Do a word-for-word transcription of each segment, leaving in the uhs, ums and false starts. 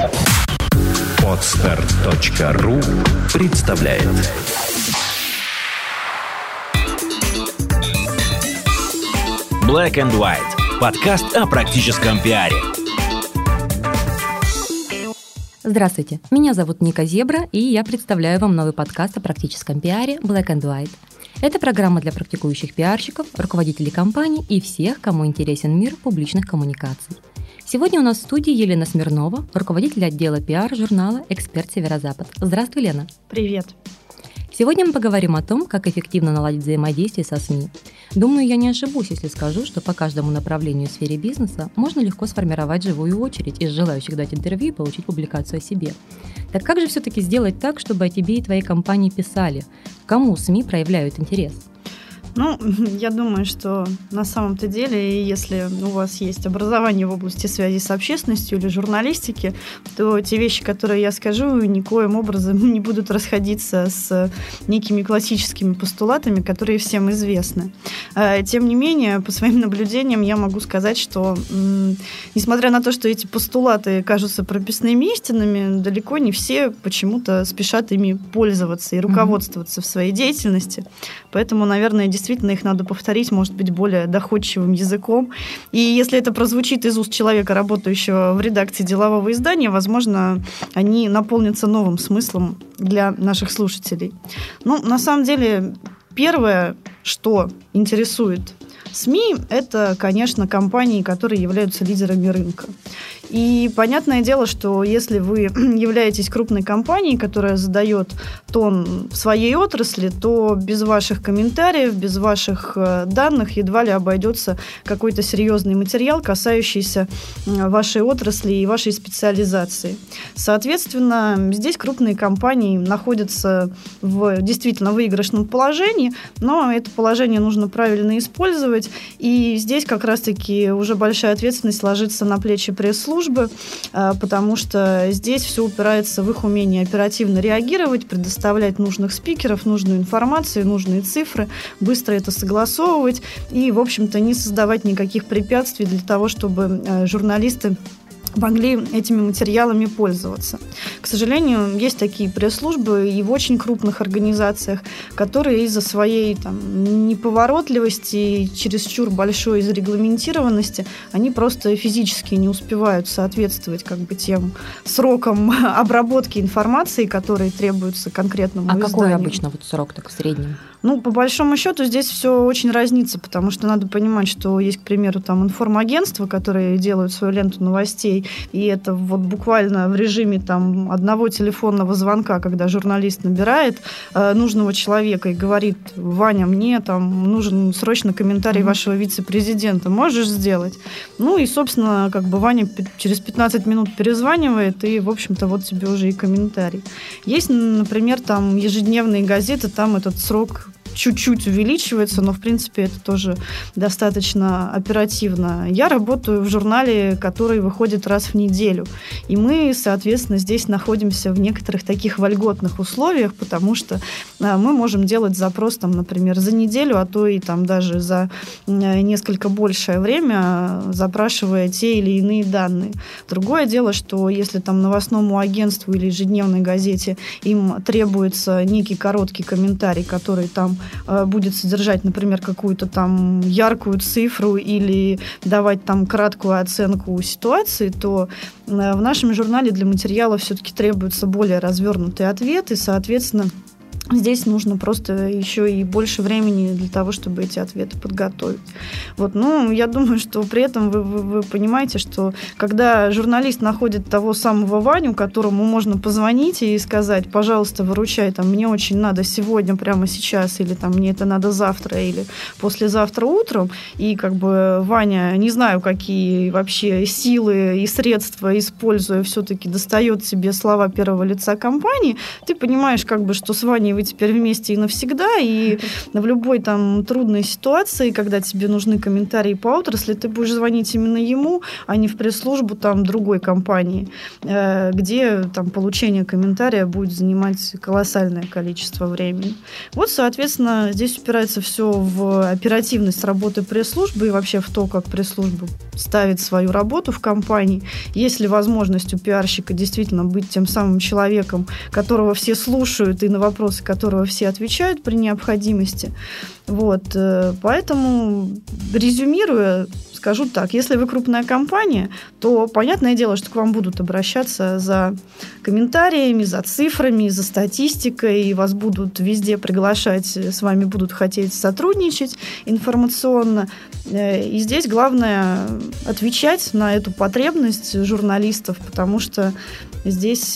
Подстер точка ру представляет. Black and White. Подкаст о практическом пиаре. Здравствуйте, меня зовут Ника Зебра, и я представляю вам новый подкаст о практическом пиаре Black and White. Это программа для практикующих пиарщиков, руководителей компаний и всех, кому интересен мир публичных коммуникаций. Сегодня у нас в студии Елена Смирнова, руководитель отдела пиар журнала «Эксперт Северо-Запад». Здравствуй, Лена. Привет. Сегодня мы поговорим о том, как эффективно наладить взаимодействие со СМИ. Думаю, я не ошибусь, если скажу, что по каждому направлению в сфере бизнеса можно легко сформировать живую очередь из желающих дать интервью и получить публикацию о себе. Так как же все-таки сделать так, чтобы о тебе и твоей компании писали? Кому СМИ проявляют интерес? Ну, я думаю, что на самом-то деле, если у вас есть образование в области связи с общественностью или журналистики, то те вещи, которые я скажу, никоим образом не будут расходиться с некими классическими постулатами, которые всем известны. Тем не менее, по своим наблюдениям я могу сказать, что, несмотря на то, что эти постулаты кажутся прописными истинами, далеко не все почему-то спешат ими пользоваться и руководствоваться mm-hmm. в своей деятельности. Поэтому, наверное, действительно их надо повторить, может быть, более доходчивым языком. И если это прозвучит из уст человека, работающего в редакции делового издания, возможно, они наполнятся новым смыслом для наших слушателей. Ну, на самом деле, первое, что интересует СМИ, это, конечно, компании, которые являются лидерами рынка. И понятное дело, что если вы являетесь крупной компанией, которая задает тон в своей отрасли, то без ваших комментариев, без ваших данных едва ли обойдется какой-то серьезный материал, касающийся вашей отрасли и вашей специализации. Соответственно, здесь крупные компании находятся в действительно выигрышном положении, но это положение нужно правильно использовать. И здесь как раз-таки уже большая ответственность ложится на плечи пресс-службы, потому что здесь все упирается в их умение оперативно реагировать, предоставлять нужных спикеров, нужную информацию, нужные цифры, быстро это согласовывать и, в общем-то, не создавать никаких препятствий для того, чтобы журналисты могли этими материалами пользоваться. К сожалению, есть такие пресс-службы и в очень крупных организациях, которые из-за своей там, неповоротливости и чересчур большой зарегламентированности, они просто физически не успевают соответствовать как бы тем срокам обработки информации, которые требуются конкретному а изданию. А какой обычно вот срок так в среднем? Ну, по большому счету, здесь все очень разнится, потому что надо понимать, что есть, к примеру, там информагентства, которые делают свою ленту новостей, и это вот буквально в режиме там одного телефонного звонка, когда журналист набирает э, нужного человека и говорит: Ваня, мне там нужен срочно комментарий mm-hmm. вашего вице-президента, можешь сделать? Ну и, собственно, как бы Ваня через пятнадцать минут перезванивает, и, в общем-то, вот тебе уже и комментарий. Есть, например, там ежедневные газеты, там этот срок чуть-чуть увеличивается, но, в принципе, это тоже достаточно оперативно. Я работаю в журнале, который выходит раз в неделю. И мы, соответственно, здесь находимся в некоторых таких вольготных условиях, потому что мы можем делать запрос, там, например, за неделю, а то и там, даже за несколько большее время, запрашивая те или иные данные. Другое дело, что если там новостному агентству или ежедневной газете им требуется некий короткий комментарий, который там будет содержать, например, какую-то там яркую цифру или давать там краткую оценку ситуации, то в нашем журнале для материала все-таки требуется более развернутый ответ, и, соответственно, здесь нужно просто еще и больше времени для того, чтобы эти ответы подготовить. Вот, ну, я думаю, что при этом вы, вы, вы понимаете, что когда журналист находит того самого Ваню, которому можно позвонить и сказать: пожалуйста, выручай, там, мне очень надо сегодня, прямо сейчас, или там, мне это надо завтра, или послезавтра утром, и как бы Ваня, не знаю, какие вообще силы и средства используя, все-таки достает себе слова первого лица компании, ты понимаешь, как бы, что с Ваней вы вы теперь вместе и навсегда, и в любой там трудной ситуации, когда тебе нужны комментарии по отрасли, ты будешь звонить именно ему, а не в пресс-службу там другой компании, где там получение комментария будет занимать колоссальное количество времени. Вот, соответственно, здесь упирается все в оперативность работы пресс-службы и вообще в то, как пресс-служба ставит свою работу в компании. Есть ли возможность у пиарщика действительно быть тем самым человеком, которого все слушают и на вопросы которого все отвечают при необходимости. Вот. Поэтому, резюмируя, скажу так, если вы крупная компания, то понятное дело, что к вам будут обращаться за комментариями, за цифрами, за статистикой, и вас будут везде приглашать, с вами будут хотеть сотрудничать информационно. И здесь главное отвечать на эту потребность журналистов, потому что здесь...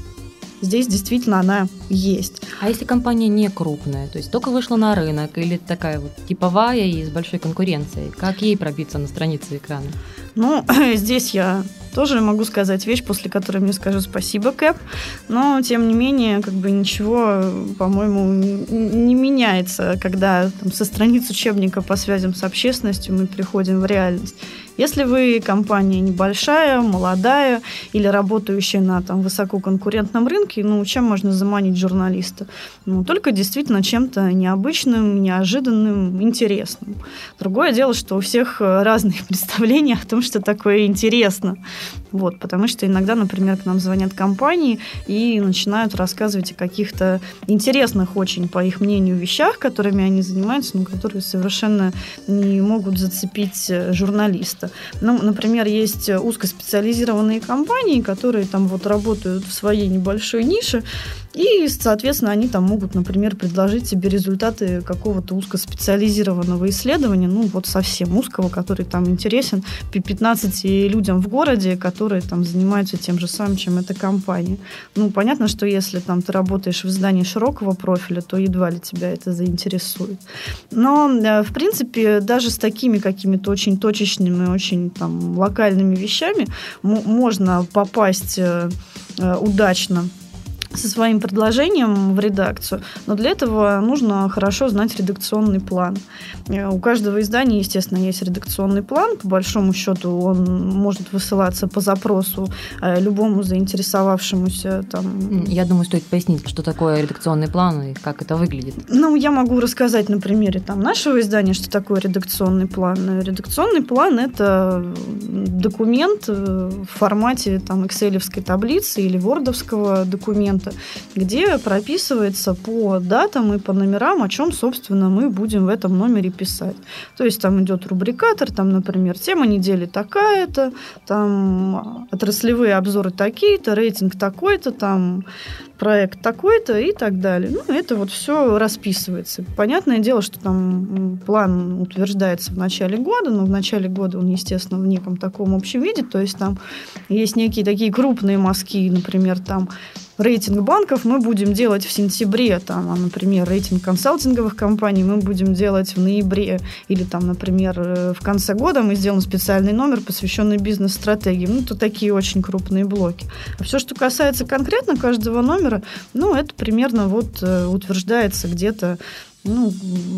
Здесь действительно она есть. А если компания не крупная, то есть только вышла на рынок или такая вот типовая и с большой конкуренцией, как ей пробиться на странице экрана? Ну, здесь я тоже могу сказать вещь, после которой мне скажу спасибо, Кэп, но, тем не менее, как бы ничего, по-моему, не меняется, когда там, со страниц учебника по связям с общественностью мы приходим в реальность. Если вы компания небольшая, молодая или работающая на там, высококонкурентном рынке, ну, чем можно заманить журналиста? Ну, только действительно чем-то необычным, неожиданным, интересным. Другое дело, что у всех разные представления о том, что такое интересно. Вот, потому что иногда, например, к нам звонят компании и начинают рассказывать о каких-то интересных очень, по их мнению, вещах, которыми они занимаются, но которые совершенно не могут зацепить журналиста. Ну, например, есть узкоспециализированные компании, которые там вот работают в своей небольшой нише, и, соответственно, они там могут, например, предложить тебе результаты какого-то узкоспециализированного исследования, ну, вот совсем узкого, который там интересен пятнадцати людям в городе, которые там занимаются тем же самым, чем эта компания. Ну, понятно, что если там ты работаешь в издании широкого профиля, то едва ли тебя это заинтересует. Но, в принципе, даже с такими какими-то очень точечными, очень там локальными вещами м- можно попасть э, э, удачно со своим предложением в редакцию, но для этого нужно хорошо знать редакционный план. У каждого издания, естественно, есть редакционный план. По большому счету он может высылаться по запросу любому заинтересовавшемуся. Там... Я думаю, стоит пояснить, что такое редакционный план и как это выглядит. Ну, я могу рассказать на примере там, нашего издания, что такое редакционный план. Редакционный план – это документ в формате там, экселевской таблицы или вордовского документа, где прописывается по датам и по номерам, о чем, собственно, мы будем в этом номере писать. То есть там идет рубрикатор, там, например, тема недели такая-то, там отраслевые обзоры такие-то, рейтинг такой-то, там проект такой-то и так далее. Ну, это вот все расписывается. Понятное дело, что там план утверждается в начале года, но в начале года он, естественно, в неком таком общем виде, то есть там есть некие такие крупные мазки, например, там рейтинг банков мы будем делать в сентябре, там, а, например, рейтинг консалтинговых компаний мы будем делать в ноябре, или, там, например, в конце года мы сделаем специальный номер, посвященный бизнес-стратегии. Ну, это такие очень крупные блоки. А все, что касается конкретно каждого номера, ну, это примерно вот утверждается где-то, ну,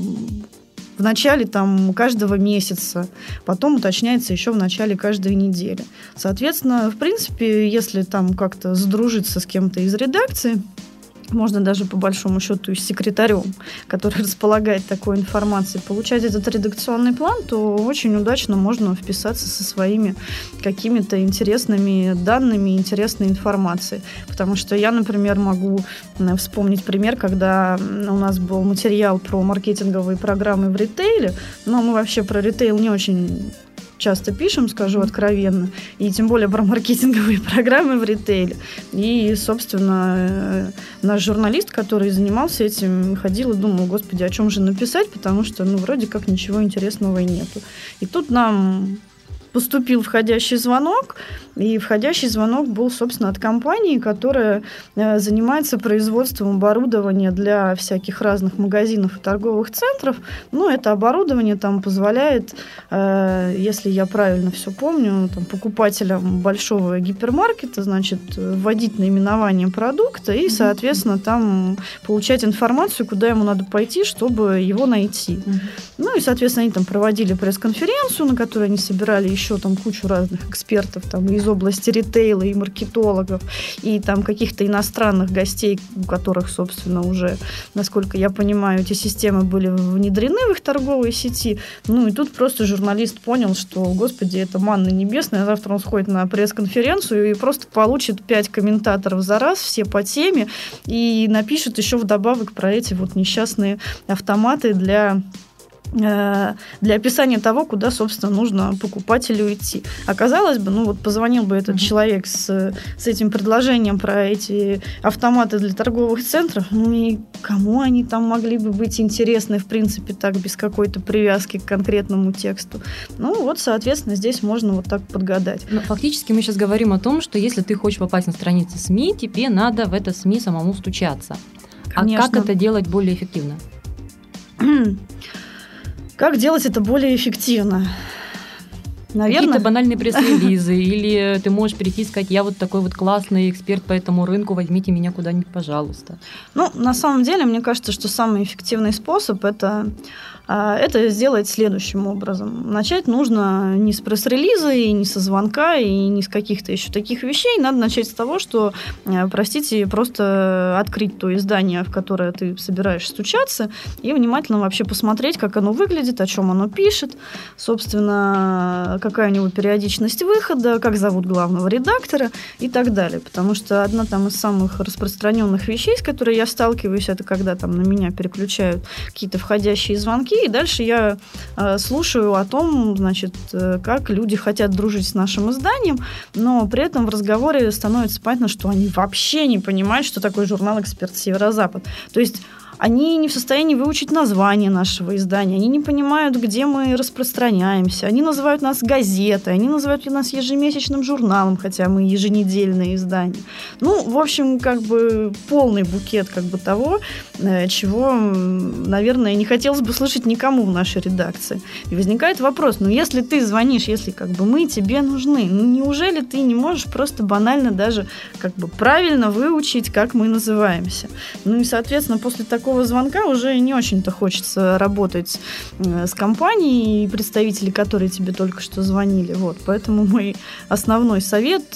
в начале там, каждого месяца, потом уточняется еще в начале каждой недели. Соответственно, в принципе, если там как-то задружиться с кем-то из редакции, можно даже по большому счету и с секретарем, который располагает такой информацией, получать этот редакционный план, то очень удачно можно вписаться со своими какими-то интересными данными, интересной информацией. Потому что я, например, могу вспомнить пример, когда у нас был материал про маркетинговые программы в ритейле, но мы вообще про ритейл не очень часто пишем, скажу откровенно, и тем более про маркетинговые программы в ритейле. И, собственно, наш журналист, который занимался этим, ходил и думал, господи, о чем же написать, потому что, ну, вроде как ничего интересного и нету. И тут нам поступил входящий звонок, и входящий звонок был, собственно, от компании, которая занимается производством оборудования для всяких разных магазинов и торговых центров. Ну, это оборудование там позволяет, если я правильно все помню, там, покупателям большого гипермаркета, значит, вводить наименование продукта и, соответственно, там получать информацию, куда ему надо пойти, чтобы его найти. Mm-hmm. Ну и, соответственно, они там проводили пресс-конференцию, на которой они собирали еще там кучу разных экспертов там, из области ритейла, и маркетологов, и там каких-то иностранных гостей, у которых, собственно, уже, насколько я понимаю, эти системы были внедрены в их торговой сети. Ну и тут просто журналист понял, что, господи, это манна небесная, завтра он сходит на пресс-конференцию и просто получит пять комментаторов за раз, все по теме, и напишет еще вдобавок про эти вот несчастные автоматы для... для описания того, куда, собственно, нужно покупателю идти. Оказалось бы, ну вот позвонил бы этот mm-hmm. человек с, с этим предложением про эти автоматы для торговых центров, ну и кому они там могли бы быть интересны, в принципе, так, без какой-то привязки к конкретному тексту. Ну вот, соответственно, здесь можно вот так подгадать. Но фактически мы сейчас говорим о том, что если ты хочешь попасть на страницы СМИ, тебе надо в это СМИ самому стучаться. Конечно. А как это делать более эффективно? Как делать это более эффективно? Наверное... Какие-то банальные пресс-релизы, или ты можешь перейти и сказать, я вот такой вот классный эксперт по этому рынку, возьмите меня куда-нибудь, пожалуйста. Ну, на самом деле, мне кажется, что самый эффективный способ – это, это сделать следующим образом. Начать нужно не с пресс-релиза, и не со звонка, и не с каких-то еще таких вещей. Надо начать с того, что, простите, просто открыть то издание, в которое ты собираешься стучаться, и внимательно вообще посмотреть, как оно выглядит, о чем оно пишет, собственно, какая у него периодичность выхода, как зовут главного редактора и так далее. Потому что одна там из самых распространенных вещей, с которой я сталкиваюсь, это когда там на меня переключают какие-то входящие звонки, и дальше я э, слушаю о том, значит, э, как люди хотят дружить с нашим изданием, но при этом в разговоре становится понятно, что они вообще не понимают, что такое журнал «Эксперт Северо-Запад». То есть они не в состоянии выучить название нашего издания, они не понимают, где мы распространяемся, они называют нас газетой, они называют нас ежемесячным журналом, хотя мы еженедельное издание. Ну, в общем, как бы полный букет как бы того, чего, наверное, не хотелось бы слышать никому в нашей редакции. И возникает вопрос, ну, если ты звонишь, если как бы мы тебе нужны, ну, неужели ты не можешь просто банально даже как бы правильно выучить, как мы называемся? Ну, и, соответственно, после такого звонка уже не очень-то хочется работать с компанией, представители, которые тебе только что звонили. Вот. Поэтому мой основной совет,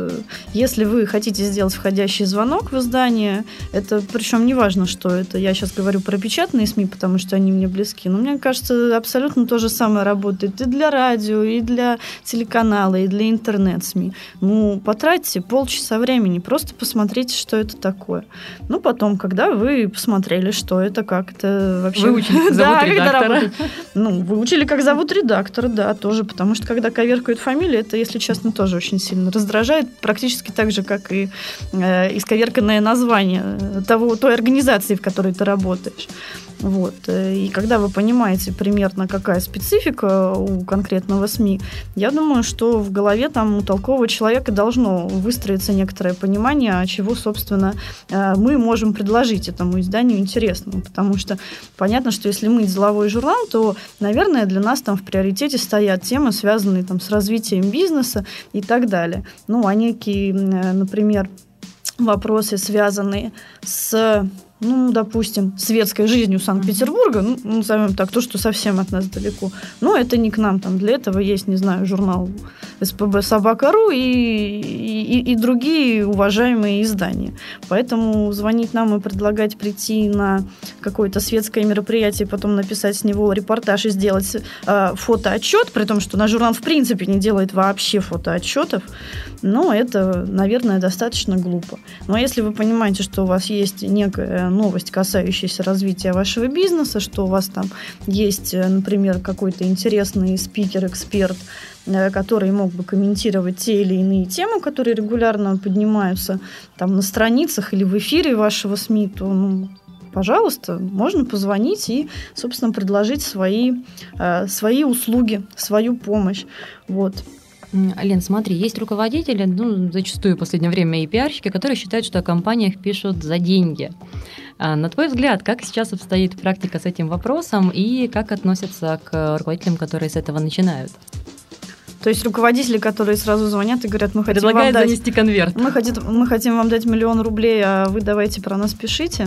если вы хотите сделать входящий звонок в издание, это причем не важно, что это, я сейчас говорю про печатные СМИ, потому что они мне близки, но мне кажется, абсолютно то же самое работает и для радио, и для телеканала, и для интернет-СМИ. Ну, потратьте полчаса времени, просто посмотрите, что это такое. Ну, потом, когда вы посмотрели, что это, как это вообще... Выучили, как зовут да, редактора. Ну, выучили, как зовут редактора, да, тоже, потому что, когда коверкают фамилию, это, если честно, тоже очень сильно раздражает, практически так же, как и э, исковерканное название того, той организации, в которой ты работаешь. Вот. И когда вы понимаете примерно, какая специфика у конкретного СМИ, я думаю, что в голове там у толкового человека должно выстроиться некоторое понимание, а чего, собственно, мы можем предложить этому изданию интересного. Потому что понятно, что если мы деловой журнал, то, наверное, для нас там в приоритете стоят темы, связанные там с развитием бизнеса и так далее. Ну, а некие, например, вопросы, связанные с... ну, допустим, светской жизнью Санкт-Петербурга, ну, назовем так, то, что совсем от нас далеко. Но это не к нам, там для этого есть, не знаю, журнал СПБ Собака.ру и, и, и другие уважаемые издания. Поэтому звонить нам и предлагать прийти на какое-то светское мероприятие, потом написать с него репортаж и сделать э, фотоотчет, при том, что наш журнал в принципе не делает вообще фотоотчетов, ну, это, наверное, достаточно глупо. Но если вы понимаете, что у вас есть некая новость, касающаяся развития вашего бизнеса, что у вас там есть, например, какой-то интересный спикер, эксперт, который мог бы комментировать те или иные темы, которые регулярно поднимаются там на страницах или в эфире вашего СМИ, то, ну, пожалуйста, можно позвонить и, собственно, предложить свои, свои услуги, свою помощь. Вот. Лен, смотри, есть руководители, ну, зачастую в последнее время и пиарщики, которые считают, что о компаниях пишут за деньги. А на твой взгляд, как сейчас обстоит практика с этим вопросом и как относятся к руководителям, которые с этого начинают? То есть руководители, которые сразу звонят и говорят, мы хотим Предлагают вам дать... занести конверт. Мы хотим, мы хотим вам дать миллион рублей, а вы давайте про нас пишите.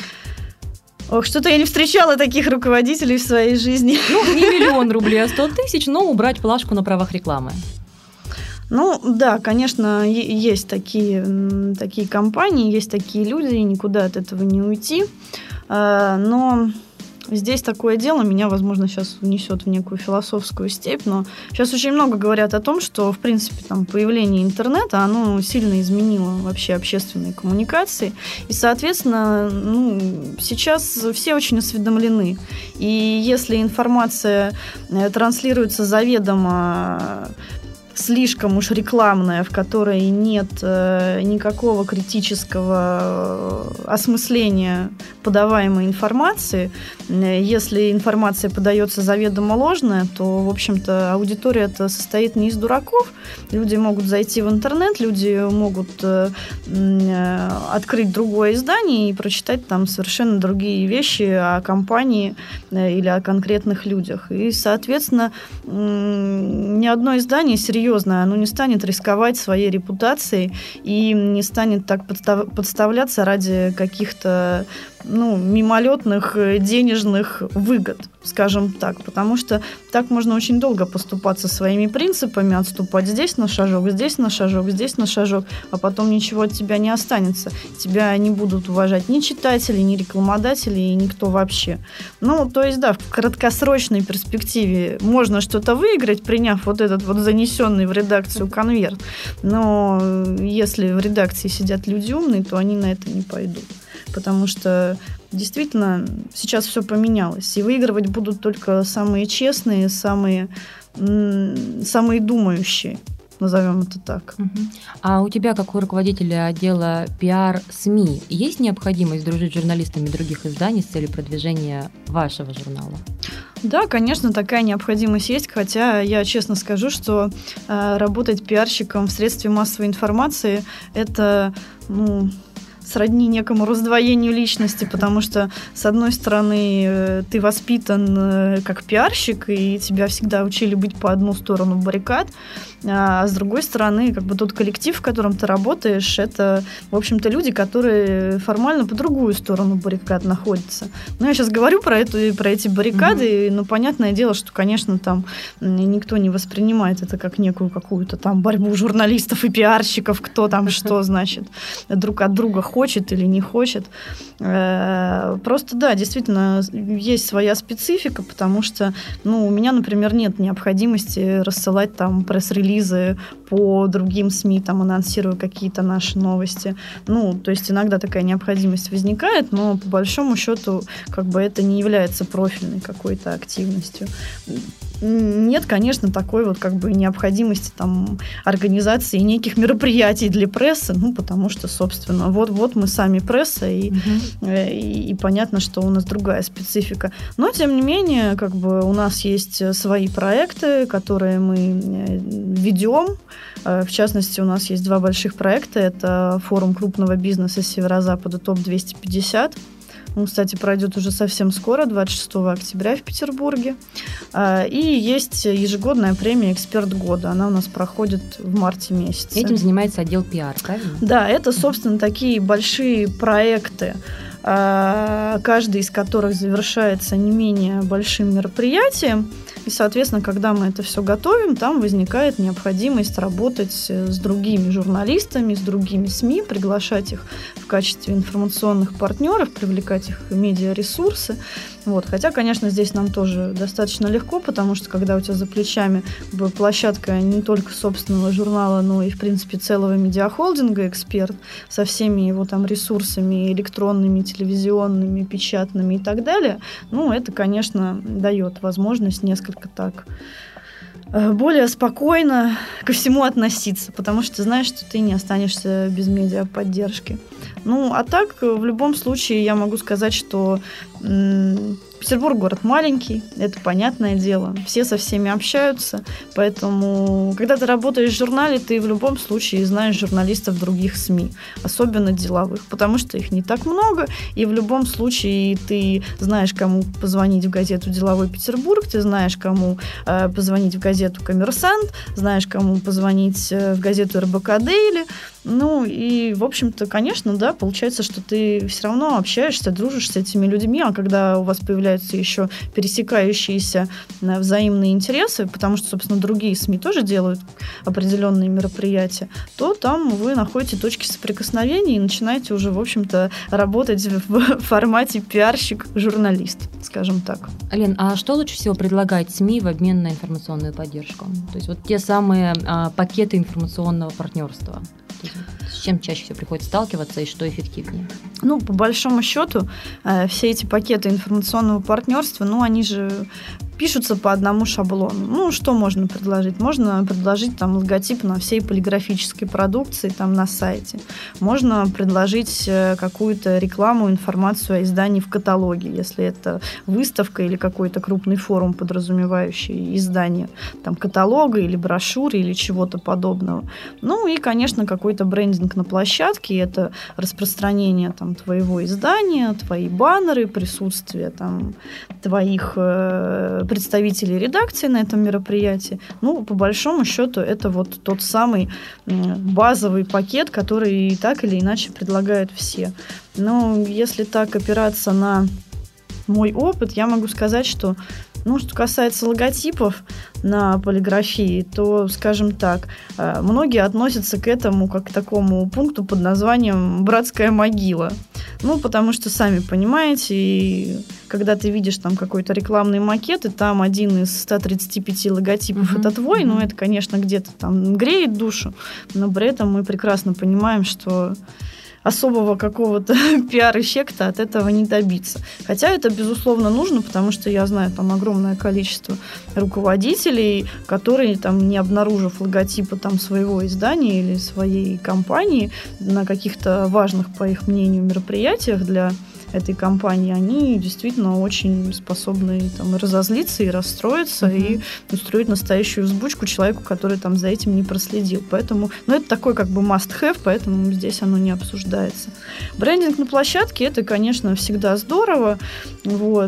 Ох, что-то я не встречала таких руководителей в своей жизни. Ну, не миллион рублей, а сто тысяч, но убрать плашку на правах рекламы. Ну, да, конечно, есть такие, такие компании, есть такие люди, и никуда от этого не уйти. Но здесь такое дело, меня, возможно, сейчас унесет в некую философскую степь, но сейчас очень много говорят о том, что, в принципе, там, появление интернета, оно сильно изменило вообще общественные коммуникации, и, соответственно, ну, сейчас все очень осведомлены, и если информация транслируется заведомо слишком уж рекламная, в которой нет э, никакого критического осмысления подаваемой информации. Если информация подается заведомо ложная, то, в общем-то, аудитория-то состоит не из дураков. Люди могут зайти в интернет, люди могут э, э, открыть другое издание и прочитать там совершенно другие вещи о компании э, или о конкретных людях. И, соответственно, э, ни одно издание серьезно оно не станет рисковать своей репутацией и не станет так подставляться ради каких-то, ну, мимолетных денежных выгод, скажем так, потому что так можно очень долго поступаться своими принципами, отступать здесь на шажок, здесь на шажок, здесь на шажок, а потом ничего от тебя не останется. Тебя не будут уважать ни читатели, ни рекламодатели, и никто вообще. Ну, то есть, да, в краткосрочной перспективе можно что-то выиграть, приняв вот этот вот занесенный в редакцию конверт, но если в редакции сидят люди умные, то они на это не пойдут. Потому что действительно сейчас все поменялось. И выигрывать будут только самые честные, самые, самые думающие, назовем это так. А у тебя, как у руководителя отдела пиар СМИ, есть необходимость дружить с журналистами других изданий с целью продвижения вашего журнала? Да, конечно, такая необходимость есть, хотя я честно скажу, что э, работать пиарщиком в средстве массовой информации – это, ну, сродни некому раздвоению личности, потому что, с одной стороны, ты воспитан как пиарщик, и тебя всегда учили быть по одну сторону баррикад, а с другой стороны, как бы тот коллектив, в котором ты работаешь, это, в общем-то, люди, которые формально по другую сторону баррикад находятся. Но я сейчас говорю про, эту, про эти баррикады, mm-hmm. но понятное дело, что, конечно, там никто не воспринимает это как некую какую-то там борьбу журналистов и пиарщиков, кто там что, значит, друг от друга хочет или не хочет. Просто, да, действительно, есть своя специфика, потому что, ну, у меня, например, нет необходимости рассылать там пресс-релизы по другим СМИ, там, анонсируя какие-то наши новости. Ну, то есть иногда такая необходимость возникает, но по большому счету как бы это не является профильной какой-то активностью. Нет, конечно, такой вот как бы необходимости там организации неких мероприятий для прессы, ну, потому что, собственно, вот-вот мы сами пресса, и, угу. и, и понятно, что у нас другая специфика. Но, тем не менее, как бы у нас есть свои проекты, которые мы ведем. В частности, у нас есть два больших проекта. Это форум крупного бизнеса Северо-Запада топ двести пятьдесят. Он, кстати, пройдет уже совсем скоро, двадцать шестого октября в Петербурге. И есть ежегодная премия «Эксперт года». Она у нас проходит в марте месяце. Этим занимается отдел пиар, правильно? Да, это, собственно, такие большие проекты, каждый из которых завершается не менее большим мероприятием. И, соответственно, когда мы это все готовим, там возникает необходимость работать с другими журналистами, с другими СМИ, приглашать их в качестве информационных партнеров, привлекать их в медиаресурсы. Вот. Хотя, конечно, здесь нам тоже достаточно легко, потому что когда у тебя за плечами площадка не только собственного журнала, но и, в принципе, целого медиахолдинга «Эксперт» со всеми его там ресурсами электронными, телевизионными, печатными и так далее, ну, это, конечно, дает возможность несколько так более спокойно ко всему относиться, потому что ты знаешь, что ты не останешься без медиаподдержки. Ну, а так, в любом случае, я могу сказать, что м- Петербург город маленький, это понятное дело. Все со всеми общаются, поэтому, когда ты работаешь в журнале, ты в любом случае знаешь журналистов других СМИ, особенно деловых, потому что их не так много, и в любом случае ты знаешь, кому позвонить в газету «Деловой Петербург», ты знаешь, кому э, позвонить в газету «Коммерсант», знаешь, кому позвонить в газету эр бэ ка Дейли. Ну, и, в общем-то, конечно, да, получается, что ты все равно общаешься, дружишь с этими людьми, а когда у вас появляются еще пересекающиеся взаимные интересы, потому что, собственно, другие СМИ тоже делают определенные мероприятия, то там вы находите точки соприкосновения и начинаете уже, в общем-то, работать в формате пиарщик-журналист, скажем так. Лен, а что лучше всего предлагает СМИ в обмен на информационную поддержку? То есть вот те самые а, пакеты информационного партнерства. С чем чаще всего приходится сталкиваться и что эффективнее? Ну, по большому счету, все эти пакеты информационного партнерства, ну, они же пишутся по одному шаблону. Ну, что можно предложить? Можно предложить там логотип на всей полиграфической продукции там на сайте. Можно предложить какую-то рекламу, информацию о издании в каталоге, если это выставка или какой-то крупный форум, подразумевающий издание там каталога или брошюры или чего-то подобного. Ну и, конечно, какой-то брендинг на площадке. Это распространение там твоего издания, твои баннеры, присутствие там твоих э, представителей редакции на этом мероприятии. Ну, по большому счету, это вот тот самый базовый пакет, который и так или иначе предлагают все. Но если так опираться на мой опыт, я могу сказать, что, ну, что касается логотипов на полиграфии, то, скажем так, многие относятся к этому как к такому пункту под названием «братская могила». Ну, потому что, сами понимаете, и когда ты видишь там какой-то рекламный макет, и там один из ста тридцати пяти логотипов mm-hmm. это твой, mm-hmm. ну, это, конечно, где-то там греет душу, но при этом мы прекрасно понимаем, что особого какого-то пиар-эффекта от этого не добиться. Хотя это, безусловно, нужно, потому что я знаю там огромное количество руководителей, которые, там, не обнаружив логотипа там, своего издания или своей компании на каких-то важных, по их мнению, мероприятиях для этой компании, они действительно очень способны там, и разозлиться, и расстроиться, mm-hmm. и устроить настоящую взбучку человеку, который там за этим не проследил. Поэтому, ну, это такой как бы must-have, поэтому здесь оно не обсуждается. Брендинг на площадке, это, конечно, всегда здорово. Вот.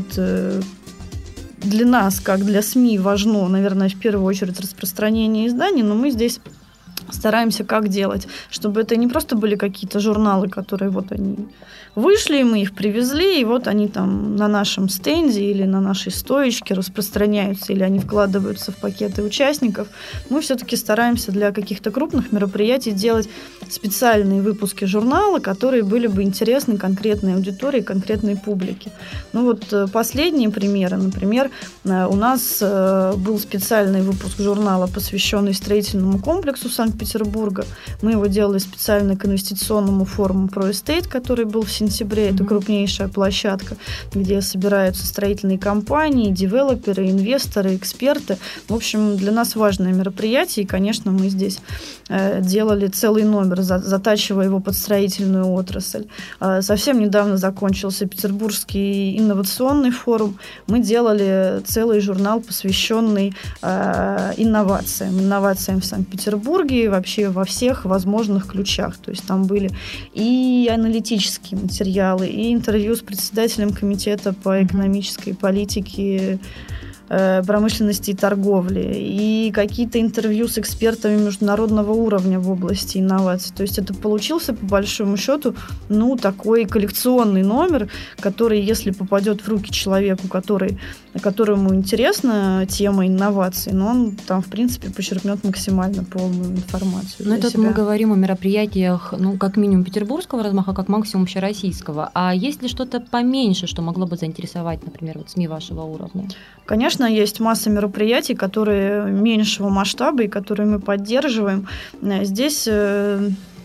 Для нас, как для СМИ, важно, наверное, в первую очередь распространение изданий, но мы здесь стараемся как делать, чтобы это не просто были какие-то журналы, которые вот они вышли, мы их привезли, и вот они там на нашем стенде или на нашей стоечке распространяются, или они вкладываются в пакеты участников. Мы все-таки стараемся для каких-то крупных мероприятий делать специальные выпуски журнала, которые были бы интересны конкретной аудитории, конкретной публике. Ну вот последние примеры. Например, у нас был специальный выпуск журнала, посвященный строительному комплексу Санкт-Петербурга. Мы его делали специально к инвестиционному форуму ProEstate, который был в сентябре. Это крупнейшая площадка, где собираются строительные компании, девелоперы, инвесторы, эксперты. В общем, для нас важное мероприятие, и, конечно, мы здесь э, делали целый номер, за, затачивая его под строительную отрасль. Э, совсем недавно закончился Петербургский инновационный форум. Мы делали целый журнал, посвященный э, инновациям. Инновациям в Санкт-Петербурге и вообще во всех возможных ключах. То есть там были и аналитические материалы, и интервью с председателем комитета по экономической политике, промышленности и торговли, и какие-то интервью с экспертами международного уровня в области инноваций. То есть это получился, по большому счету, ну, такой коллекционный номер, который, если попадет в руки человеку, который, которому интересна тема инноваций, но он там, в принципе, почерпнет максимально полную информацию. Но это мы говорим о мероприятиях, ну, как минимум петербургского размаха, как максимум общероссийского. А есть ли что-то поменьше, что могло бы заинтересовать, например, вот СМИ вашего уровня? Конечно, есть масса мероприятий, которые меньшего масштаба и которые мы поддерживаем. Здесь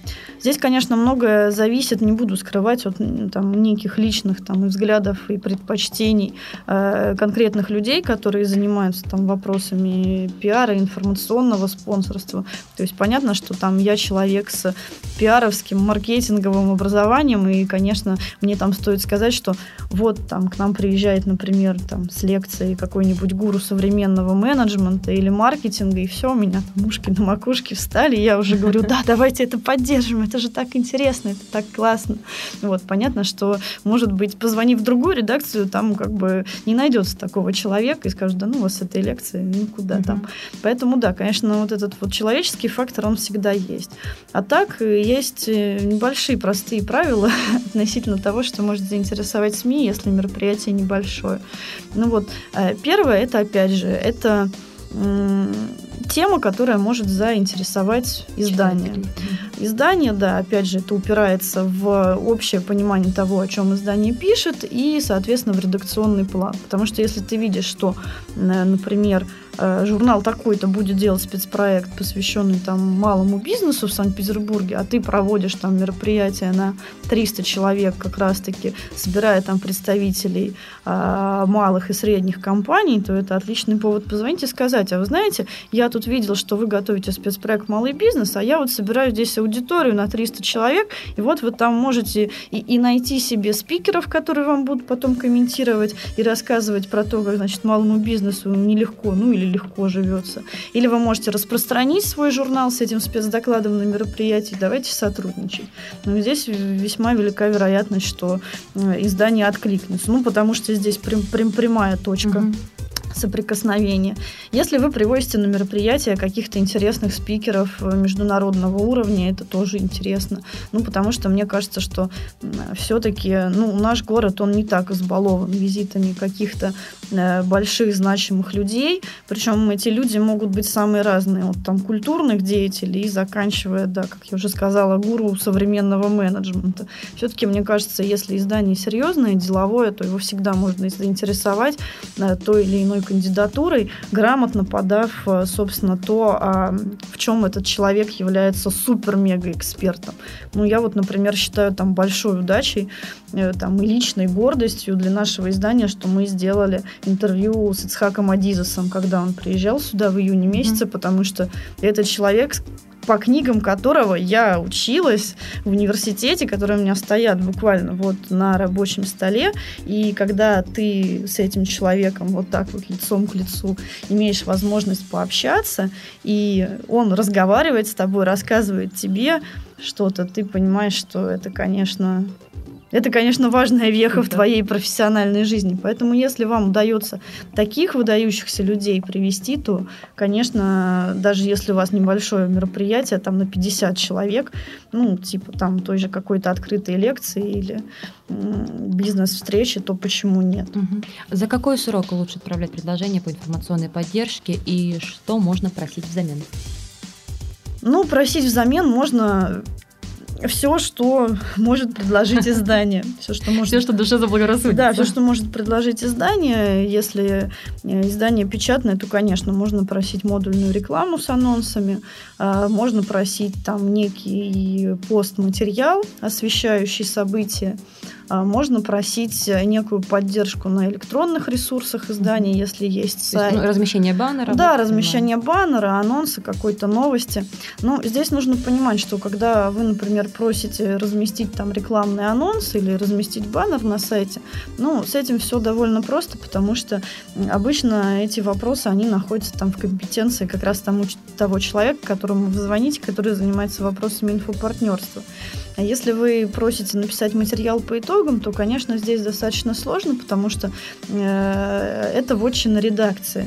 Здесь, конечно, многое зависит, не буду скрывать, от там, неких личных там, взглядов и предпочтений э, конкретных людей, которые занимаются там, вопросами пиара, информационного спонсорства. То есть понятно, что там я человек с пиаровским, маркетинговым образованием, и, конечно, мне там стоит сказать, что вот там к нам приезжает, например, там, с лекцией какой-нибудь гуру современного менеджмента или маркетинга, и все, у меня там ушки на макушке встали, и я уже говорю, да, давайте это поддержим, это же так интересно, это так классно. Вот, понятно, что, может быть, позвонив в другую редакцию, там как бы не найдется такого человека и скажут, да ну вас с этой лекции, ну куда mm-hmm. там. Поэтому, да, конечно, вот этот вот человеческий фактор, он всегда есть. А так, есть небольшие простые правила относительно того, что может заинтересовать СМИ, если мероприятие небольшое. Ну вот, первое, это, опять же, это тема, которая может заинтересовать издание. Издание, да, опять же, это упирается в общее понимание того, о чем издание пишет, и, соответственно, в редакционный план. Потому что если ты видишь, что, например, журнал такой-то будет делать спецпроект, посвященный там малому бизнесу в Санкт-Петербурге, а ты проводишь там мероприятие на триста человек, как раз-таки собирая там представителей а, малых и средних компаний, то это отличный повод позвонить и сказать, а вы знаете, я тут видел, что вы готовите спецпроект «Малый бизнес», а я вот собираю здесь аудиторию на триста человек, и вот вы там можете и, и найти себе спикеров, которые вам будут потом комментировать и рассказывать про то, как, значит, малому бизнесу нелегко, ну или легко живется. Или вы можете распространить свой журнал с этим спецдокладом на мероприятии, давайте сотрудничать. Но здесь весьма велика вероятность, что издание откликнется. Ну, потому что здесь прям, прям прямая точка. Угу. Соприкосновения. Если вы привозите на мероприятие каких-то интересных спикеров международного уровня, это тоже интересно. Ну, потому что мне кажется, что все-таки, ну, наш город, он не так избалован визитами каких-то э, больших значимых людей. Причем эти люди могут быть самые разные. От там культурных деятелей и заканчивая, да, как я уже сказала, гуру современного менеджмента. Все-таки, мне кажется, если издание серьезное, деловое, то его всегда можно заинтересовать э, той или иной кандидатурой, грамотно подав, собственно, то, в чем этот человек является супер-мега-экспертом. Ну, я вот, например, считаю там большой удачей там, и личной гордостью для нашего издания, что мы сделали интервью с Ицхаком Адизесом, когда он приезжал сюда в июне месяце, mm-hmm. потому что этот человек, по книгам которого я училась в университете, которые у меня стоят буквально вот на рабочем столе, и когда ты с этим человеком вот так вот лицом к лицу имеешь возможность пообщаться, и он разговаривает с тобой, рассказывает тебе что-то, ты понимаешь, что это, конечно... Это, конечно, важная веха да. в твоей профессиональной жизни. Поэтому, если вам удается таких выдающихся людей привести, то, конечно, даже если у вас небольшое мероприятие, там на пятьдесят человек, ну, типа там той же какой-то открытой лекции или м- бизнес-встречи, то почему нет? Угу. За какой срок лучше отправлять предложение по информационной поддержке и что можно просить взамен? Ну, просить взамен можно... Все, что может предложить издание. Все, что, может... все, что душе заблагорассудится. Да, все, что может предложить издание. Если издание печатное, то, конечно, можно просить модульную рекламу с анонсами, можно просить там некий постматериал, освещающий события. Можно просить некую поддержку на электронных ресурсах издания, если есть сайт. Ну, размещение баннера. Да, размещение баннера, анонсы, какой-то новости. Но здесь нужно понимать, что когда вы, например, просите разместить там рекламный анонс или разместить баннер на сайте, ну, с этим все довольно просто, потому что обычно эти вопросы, они находятся там в компетенции как раз тому, того человека, которому вы звоните, который занимается вопросами инфопартнерства. А если вы просите написать материал по итогам, то, конечно, здесь достаточно сложно, потому что э, это вотчина редакции.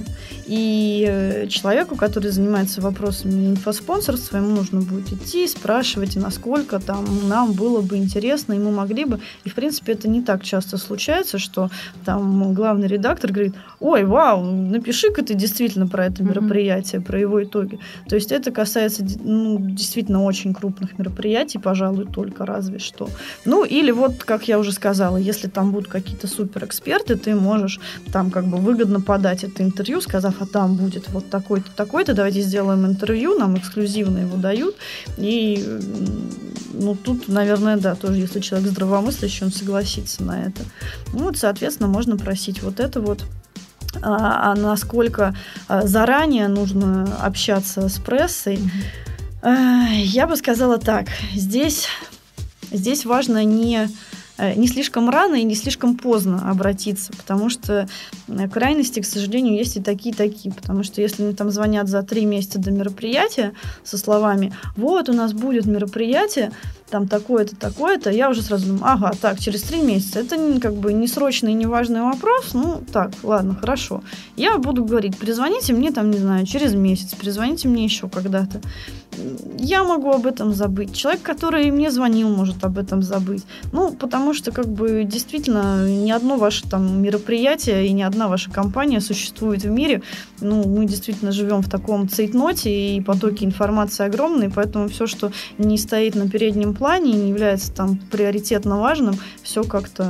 И человеку, который занимается вопросами инфоспонсорства, ему нужно будет идти, спрашивать, насколько там нам было бы интересно, и мы могли бы. И, в принципе, это не так часто случается, что там главный редактор говорит: ой, вау, напиши-ка ты действительно про это мероприятие, mm-hmm. про его итоги. То есть это касается ну, действительно очень крупных мероприятий, пожалуй, только разве что. Ну, или вот, как я уже сказала, если там будут какие-то суперэксперты, ты можешь там как бы выгодно подать это интервью, сказав: узнав, а там будет вот такой-то, такой-то, давайте сделаем интервью, нам эксклюзивно его дают. И ну, тут, наверное, да, тоже, если человек здравомыслящий, он согласится на это. Ну, вот, соответственно, можно просить вот это вот. А, а насколько заранее нужно общаться с прессой, mm-hmm. я бы сказала так. Здесь, здесь важно не, не слишком рано и не слишком поздно обратиться, потому что крайности, к сожалению, есть и такие-такие. Потому что если мне там звонят за три месяца до мероприятия со словами «Вот, у нас будет мероприятие», там такое-то, такое-то, я уже сразу думаю, ага, так, через три месяца, это как бы не срочный и не важный вопрос, ну, так, ладно, хорошо. Я буду говорить, перезвоните мне там, не знаю, через месяц, перезвоните мне еще когда-то. Я могу об этом забыть. Человек, который мне звонил, может об этом забыть. Ну, потому что, как бы, действительно, ни одно ваше там мероприятие и ни одна ваша компания существует в мире. Ну, мы действительно живем в таком цейтноте, и потоки информации огромные, поэтому все, что не стоит на переднем плане и не является там приоритетно важным, все как-то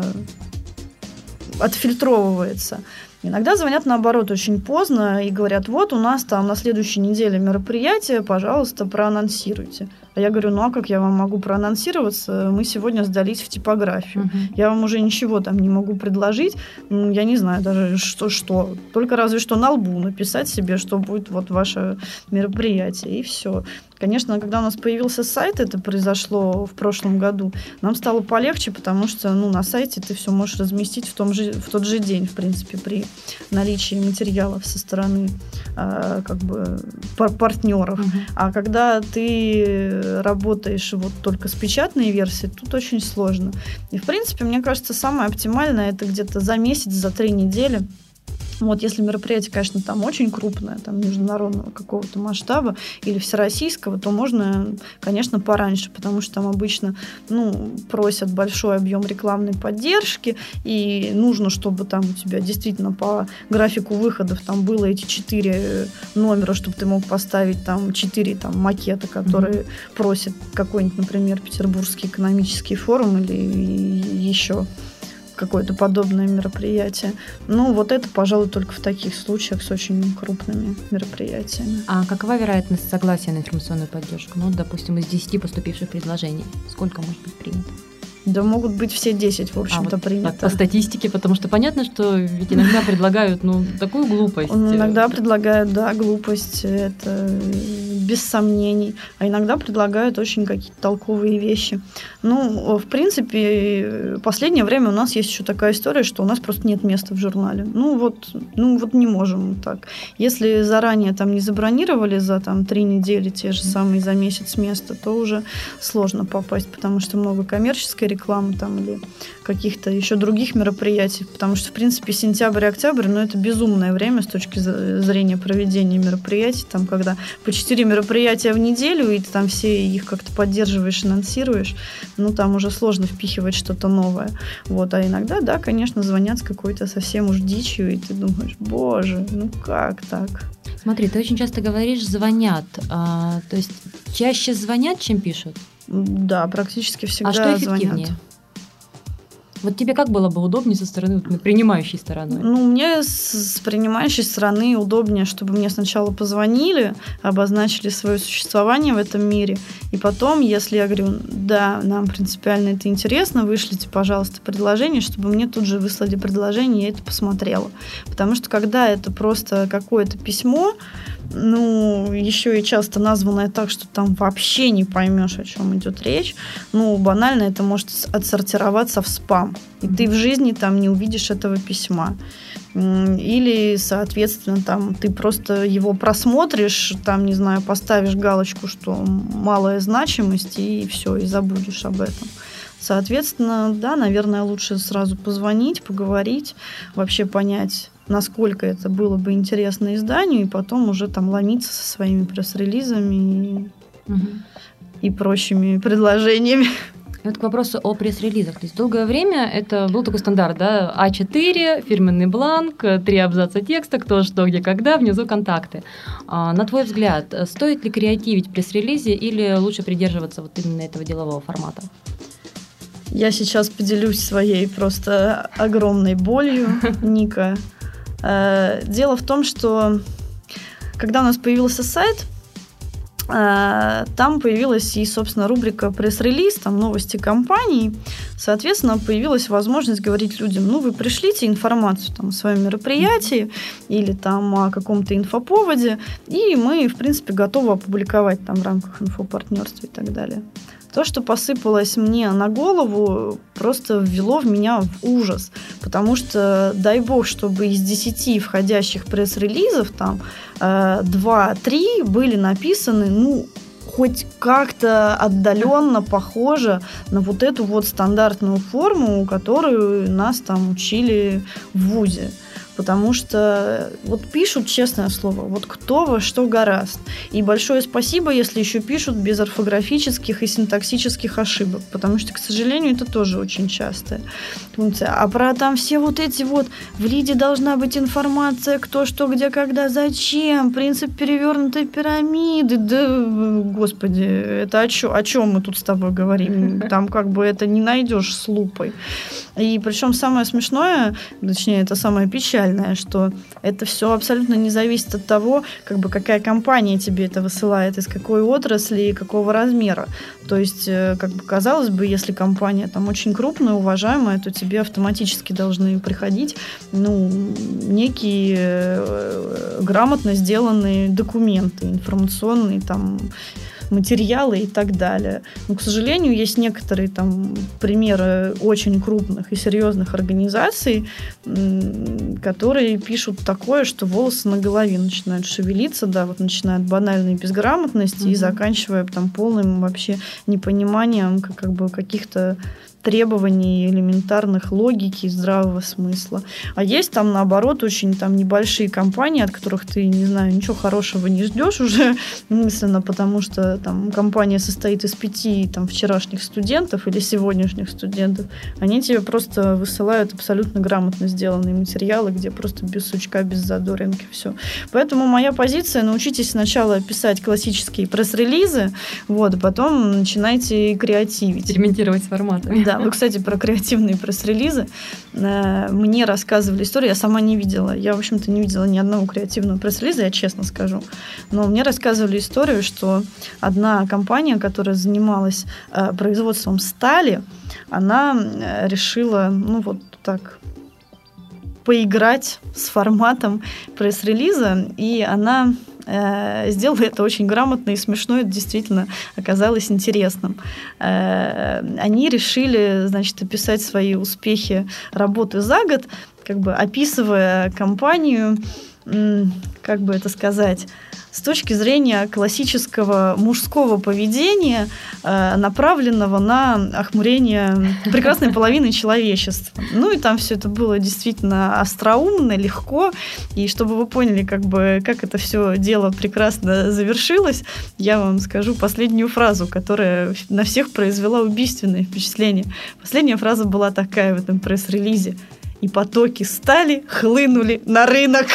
отфильтровывается. Иногда звонят, наоборот, очень поздно и говорят, вот у нас там на следующей неделе мероприятие, пожалуйста, проанонсируйте. А я говорю, ну а как я вам могу проанонсироваться? Мы сегодня сдались в типографию. Uh-huh. Я вам уже ничего там не могу предложить. Ну, я не знаю даже, что-что. Только разве что на лбу написать себе, что будет вот ваше мероприятие. И все. Конечно, когда у нас появился сайт, это произошло в прошлом году, нам стало полегче, потому что ну, на сайте ты все можешь разместить в, том же, в тот же день, в принципе, при наличии материалов со стороны э, как бы партнеров. Uh-huh. А когда ты работаешь вот только с печатной версией, тут очень сложно. И, в принципе, мне кажется, самое оптимальное это где-то за месяц, за три недели. Вот, если мероприятие, конечно, там очень крупное, там международного какого-то масштаба или всероссийского, то можно, конечно, пораньше, потому что там обычно ну, просят большой объем рекламной поддержки, и нужно, чтобы там у тебя действительно по графику выходов там было эти четыре номера, чтобы ты мог поставить там четыре там, макета, которые mm-hmm. просит какой-нибудь, например, Петербургский экономический форум или еще какое-то подобное мероприятие. Ну, вот это, пожалуй, только в таких случаях с очень крупными мероприятиями. А какова вероятность согласия на информационную поддержку? Ну, допустим, из десяти поступивших предложений, сколько может быть принято? Да могут быть все десять, в общем-то, а вот принято. По статистике, потому что понятно, что ведь иногда предлагают ну, такую глупость. Иногда предлагают, да, глупость, это без сомнений. А иногда предлагают очень какие-то толковые вещи. Ну, в принципе, в последнее время у нас есть еще такая история, что у нас просто нет места в журнале. Ну, вот, ну, вот не можем так. Если заранее там не забронировали за там, три недели те же самые за месяц место, то уже сложно попасть, потому что много коммерческой рекламы там, или каких-то еще других мероприятий, потому что, в принципе, сентябрь и октябрь, ну, это безумное время с точки зрения проведения мероприятий, там, когда по четыре мероприятия в неделю, и ты там все их как-то поддерживаешь, анонсируешь, ну, там уже сложно впихивать что-то новое. Вот, а иногда, да, конечно, звонят с какой-то совсем уж дичью, и ты думаешь, боже, ну как так? Смотри, ты очень часто говоришь «звонят», а, то есть чаще звонят, чем пишут? Да, практически всегда звонят. А что эффективнее? Звонят. Вот тебе как было бы удобнее со стороны вот, принимающей стороны? Ну, мне с, с принимающей стороны удобнее, чтобы мне сначала позвонили, обозначили свое существование в этом мире, и потом, если я говорю, да, нам принципиально это интересно, вышлите, пожалуйста, предложение, чтобы мне тут же выслали предложение, я это посмотрела. Потому что когда это просто какое-то письмо, ну, еще и часто названное так, что там вообще не поймешь, о чем идет речь, ну, банально это может отсортироваться в спам, и ты в жизни там не увидишь этого письма. Или, соответственно, там ты просто его просмотришь, там, не знаю, поставишь галочку, что малая значимость, и все, и забудешь об этом. Соответственно, да, наверное, лучше сразу позвонить, поговорить, вообще понять, насколько это было бы интересно изданию, и потом уже там ломиться со своими пресс-релизами и, угу. и прочими предложениями. Вот к вопросу о пресс-релизах. То есть долгое время это был такой стандарт, да, а четыре, фирменный бланк, три абзаца текста, кто, что, где, когда, внизу контакты. А, на твой взгляд, стоит ли креативить в пресс-релизе или лучше придерживаться вот именно этого делового формата? Я сейчас поделюсь своей просто огромной болью, Ника. Дело в том, что когда у нас появился сайт, там появилась и, собственно, рубрика «Пресс-релиз», там новости компании. Соответственно, появилась возможность говорить людям: ну, вы пришлите информацию там, о своем мероприятии или там о каком-то инфоповоде, и мы, в принципе, готовы опубликовать там в рамках инфопартнерства и так далее. То, что посыпалось мне на голову, просто ввело в меня в ужас. Потому что, дай бог, чтобы из десяти входящих пресс-релизов там два-три были написаны, ну, хоть как-то отдаленно похоже на вот эту вот стандартную форму, которую нас там учили в вузе. Потому что вот пишут, честное слово, вот кто во что горазд. И большое спасибо, если еще пишут без орфографических и синтаксических ошибок, потому что, к сожалению, это тоже очень частая функция. А про там все вот эти вот в лиде должна быть информация, кто, что, где, когда, зачем, принцип перевернутой пирамиды. Да, господи, это о, чё, о чем мы тут с тобой говорим? Там как бы это не найдешь с лупой. И причем самое смешное, точнее, это самое печальное, что это все абсолютно не зависит от того, как бы, какая компания тебе это высылает, из какой отрасли и какого размера. То есть, как бы, казалось бы, если компания там очень крупная, уважаемая, то тебе автоматически должны приходить, ну, некие э, грамотно сделанные документы, информационные там материалы и так далее. Но, к сожалению, есть некоторые там примеры очень крупных и серьезных организаций, которые пишут такое, что волосы на голове начинают шевелиться, да, вот начинают банальной безграмотности mm-hmm. и заканчивая там полным вообще непониманием как, как бы каких-то требований элементарных логики и здравого смысла. А есть там, наоборот, очень там небольшие компании, от которых ты, не знаю, ничего хорошего не ждешь уже мысленно, потому что там компания состоит из пяти там вчерашних студентов или сегодняшних студентов. Они тебе просто высылают абсолютно грамотно сделанные материалы, где просто без сучка, без задоринки все. Поэтому моя позиция: научитесь сначала писать классические пресс-релизы, вот, а потом начинайте креативить. Экспериментировать с форматами. Да. Ну, кстати, про креативные пресс-релизы. Мне рассказывали историю, я сама не видела. Я, в общем-то, не видела ни одного креативного пресс-релиза, я честно скажу. Но мне рассказывали историю, что одна компания, которая занималась производством стали, она решила, ну, вот так поиграть с форматом пресс-релиза, и она сделала это очень грамотно и смешно, это действительно оказалось интересным. Они решили, значит, описать свои успехи работы за год, как бы описывая компанию, как бы это сказать, с точки зрения классического мужского поведения, направленного на охмурение прекрасной половины человечества. Ну и там все это было действительно остроумно, легко. И чтобы вы поняли, как бы, как это все дело прекрасно завершилось, я вам скажу последнюю фразу, которая на всех произвела убийственное впечатление. Последняя фраза была такая в этом пресс-релизе: «И потоки стали хлынули на рынок».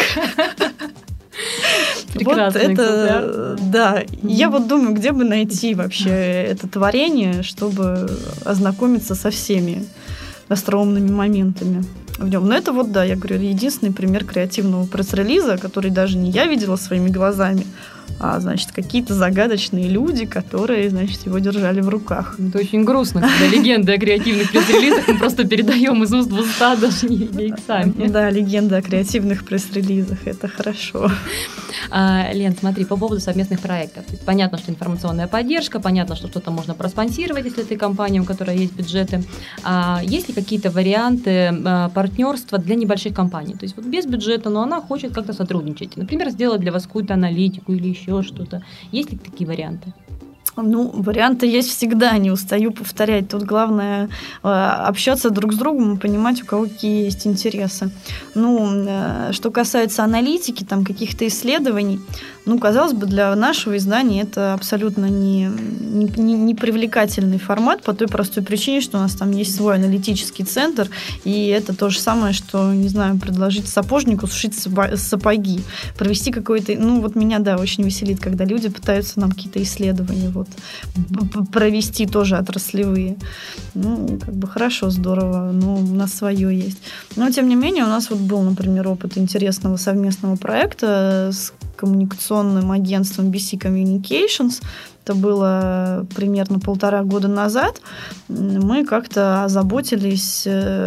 Прекрасный вот это, да. Mm-hmm. Я вот думаю, где бы найти вообще это творение, чтобы ознакомиться со всеми остроумными моментами в нем. Но это вот, да, я говорю, единственный пример креативного пресс-релиза, который даже не я видела своими глазами, а, значит, какие-то загадочные люди, которые, значит, его держали в руках. Это очень грустно, когда легенды о креативных пресс-релизах мы просто передаем из уст в уста, даже не их сами. Да, легенда о креативных пресс-релизах, это хорошо. А, Лен, смотри, по поводу совместных проектов. То есть понятно, что информационная поддержка, понятно, что что-то можно проспонсировать, если ты компания, у которой есть бюджеты. А есть ли какие-то варианты а, партнерства для небольших компаний? То есть вот без бюджета, но она хочет как-то сотрудничать. Например, сделать для вас какую-то аналитику или еще что-то. Есть ли такие варианты? Ну, варианты есть всегда, не устаю повторять. Тут главное э, общаться друг с другом и понимать, у кого какие есть интересы. Ну, э, что касается аналитики, там, каких-то исследований, ну, казалось бы, для нашего издания это абсолютно не, не, не привлекательный формат по той простой причине, что у нас там есть свой аналитический центр, и это то же самое, что, не знаю, предложить сапожнику сшить сапоги, провести какой-то... Ну, вот меня, да, очень веселит, когда люди пытаются нам какие-то исследования вот провести тоже отраслевые. Ну, как бы хорошо, здорово, но у нас свое есть. Но, тем не менее, у нас вот был, например, опыт интересного совместного проекта с коммуникационным агентством би си Communications. Это было примерно полтора года назад. Мы как-то озаботились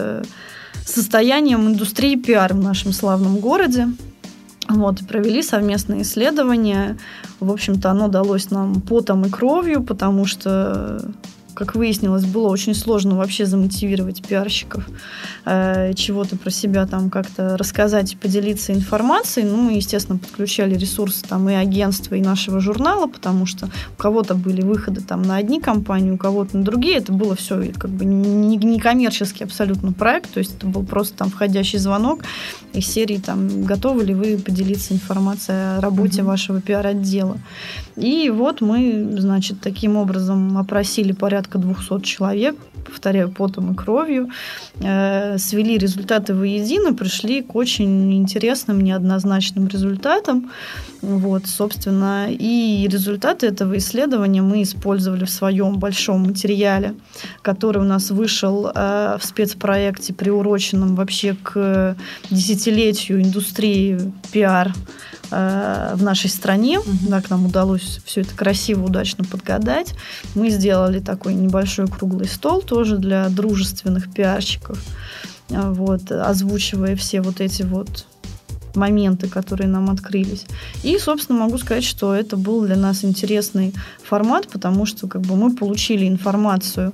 состоянием индустрии пиар в нашем славном городе. Вот, провели совместные исследования. В общем-то, оно далось нам потом и кровью, потому что, как выяснилось, было очень сложно вообще замотивировать пиарщиков, э, чего-то про себя там как-то рассказать и поделиться информацией. Ну, мы, естественно, подключали ресурсы там и агентства, и нашего журнала, потому что у кого-то были выходы там на одни компании, у кого-то на другие. Это было все как бы не, не коммерческий абсолютно проект, то есть это был просто там входящий звонок из серии там «Готовы ли вы поделиться информацией о работе mm-hmm. вашего пиар-отдела?». И вот мы, значит, таким образом опросили порядка двухсот человек, повторяю, потом и кровью, э, свели результаты воедино, пришли к очень интересным, неоднозначным результатам. Вот, собственно, и результаты этого исследования мы использовали в своем большом материале, который у нас вышел э, в спецпроекте, приуроченном вообще к десятилетию индустрии пиар в нашей стране. Mm-hmm. Да, к нам удалось все это красиво, удачно подгадать. Мы сделали такой небольшой круглый стол тоже для дружественных пиарщиков, вот, озвучивая все вот эти вот моменты, которые нам открылись. И, собственно, могу сказать, что это был для нас интересный формат, потому что как бы мы получили информацию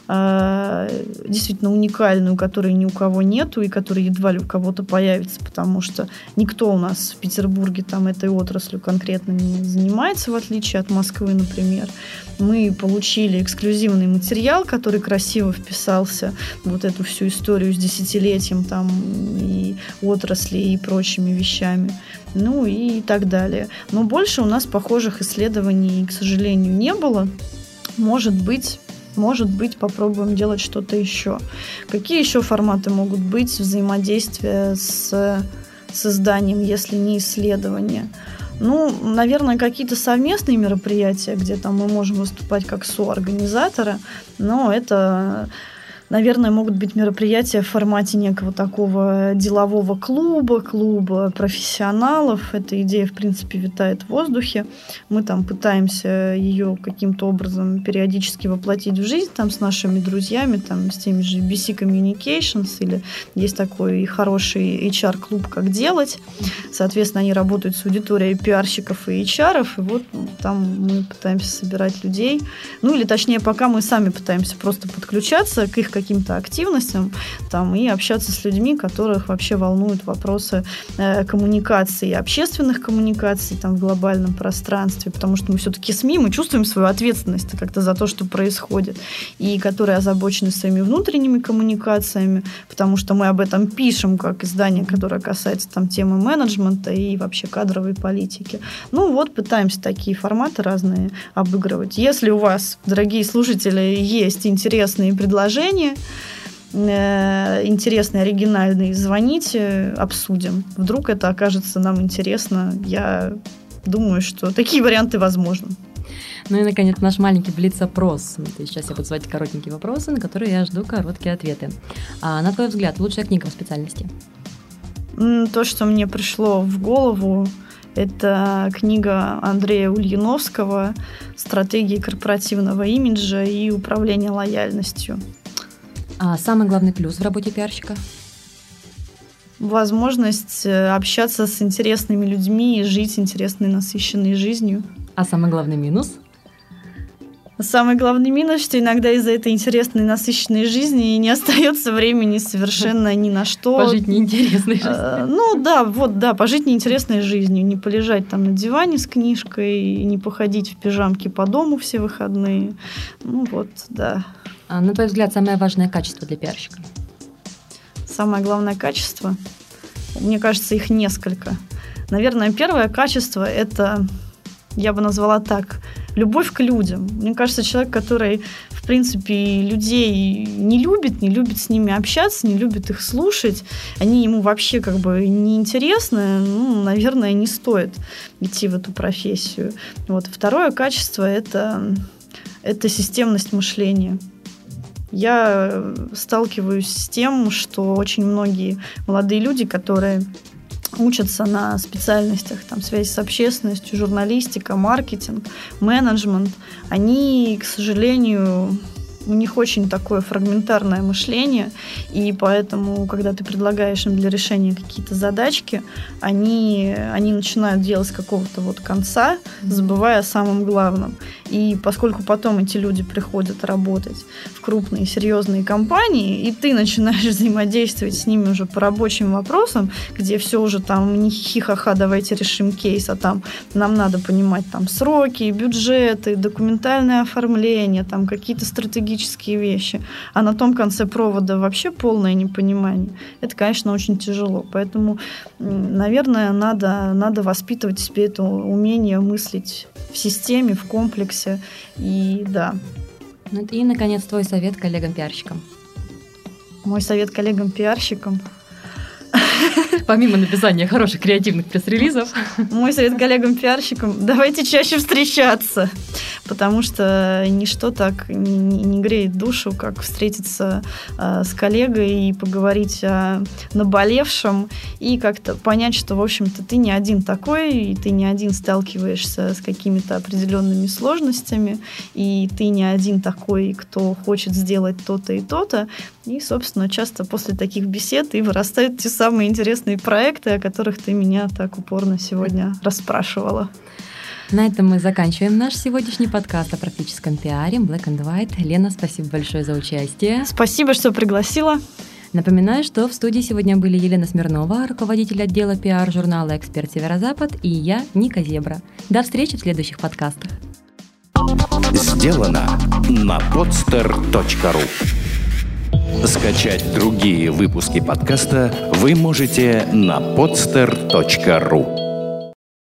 э, действительно уникальную, которой ни у кого нету и которая едва ли у кого-то появится, потому что никто у нас в Петербурге там этой отраслью конкретно не занимается, в отличие от Москвы, например. Мы получили эксклюзивный материал, который красиво вписался в вот эту всю историю с десятилетием там и отрасли, и прочими вещами, ну и так далее. Но больше у нас похожих исследований, к сожалению, не было. Может быть, может быть, попробуем делать что-то еще. Какие еще форматы могут быть взаимодействия с созданием, если не исследования? Ну, наверное, какие-то совместные мероприятия, где там мы можем выступать как соорганизаторы, но это... Наверное, могут быть мероприятия в формате некого такого делового клуба, клуба профессионалов. Эта идея, в принципе, витает в воздухе. Мы там пытаемся ее каким-то образом периодически воплотить в жизнь там, с нашими друзьями, там, с теми же би си Communications, или есть такой хороший эйч ар-клуб «Как делать». Соответственно, они работают с аудиторией пиарщиков и эйч ар-ов, и вот там мы пытаемся собирать людей. Ну, или точнее, пока мы сами пытаемся просто подключаться к их каким-то активностям там, и общаться с людьми, которых вообще волнуют вопросы э, коммуникации, общественных коммуникаций там, в глобальном пространстве, потому что мы все-таки СМИ, мы чувствуем свою ответственность как-то за то, что происходит, и которые озабочены своими внутренними коммуникациями, потому что мы об этом пишем, как издание, которое касается там, темы менеджмента и вообще кадровой политики. Ну вот, пытаемся такие форматы разные обыгрывать. Если у вас, дорогие слушатели, есть интересные предложения, интересные, оригинальные, звоните, обсудим. Вдруг это окажется нам интересно. Я думаю, что такие варианты возможны. Ну и, наконец, наш маленький блиц-опрос. Сейчас я буду задавать коротенькие вопросы, на которые я жду короткие ответы. А, на твой взгляд, лучшая книга в специальности? То, что мне пришло в голову, это книга Андрея Ульяновского «Стратегии корпоративного имиджа и управления лояльностью». А самый главный плюс в работе пиарщика? Возможность общаться с интересными людьми и жить интересной, насыщенной жизнью. А самый главный минус? Самый главный минус, что иногда из-за этой интересной, насыщенной жизни не остается времени совершенно ни на что. Пожить неинтересной жизнью. Ну да, вот, да, пожить неинтересной жизнью. Не полежать там на диване с книжкой, не походить в пижамке по дому все выходные. Ну вот, да. А на твой взгляд, самое важное качество для пиарщика? Самое главное качество? Мне кажется, их несколько. Наверное, первое качество – это, я бы назвала так, любовь к людям. Мне кажется, человек, который, в принципе, людей не любит, не любит с ними общаться, не любит их слушать, они ему вообще как бы неинтересны, ну, наверное, не стоит идти в эту профессию. Вот. Второе качество – это это системность мышления. Я сталкиваюсь с тем, что очень многие молодые люди, которые учатся на специальностях там, связи с общественностью, журналистика, маркетинг, менеджмент, они, к сожалению, у них очень такое фрагментарное мышление, и поэтому, когда ты предлагаешь им для решения какие-то задачки, они, они начинают делать с какого-то вот конца, забывая о самом главном. И поскольку потом эти люди приходят работать в крупные серьезные компании, и ты начинаешь взаимодействовать с ними уже по рабочим вопросам, где все уже там не хихи-ха-ха, давайте решим кейс, а там нам надо понимать там сроки, бюджеты, документальное оформление, там какие-то стратегические вещи, а на том конце провода вообще полное непонимание. Это, конечно, очень тяжело. Поэтому, наверное, надо, надо воспитывать в себе это умение мыслить в системе, в комплексе. И да. И, наконец, твой совет коллегам-пиарщикам. Мой совет коллегам-пиарщикам. Помимо написания хороших креативных пресс-релизов. Мой совет коллегам-пиарщикам: давайте чаще встречаться, потому что ничто так не, не греет душу, как встретиться э, с коллегой и поговорить о наболевшем, и как-то понять, что, в общем-то, ты не один такой, и ты не один сталкиваешься с какими-то определенными сложностями, и ты не один такой, кто хочет сделать то-то и то-то. И, собственно, часто после таких бесед и вырастают те самые интересные проекты, о которых ты меня так упорно сегодня расспрашивала. На этом мы заканчиваем наш сегодняшний подкаст о практическом пиаре Black and White. Лена, спасибо большое за участие. Спасибо, что пригласила. Напоминаю, что в студии сегодня были Елена Смирнова, руководитель отдела пиар журнала «Эксперт Северо-Запад», и я, Ника Зебра. До встречи в следующих подкастах. Сделано на podster точка ру. Скачать другие выпуски подкаста вы можете на podster точка ру.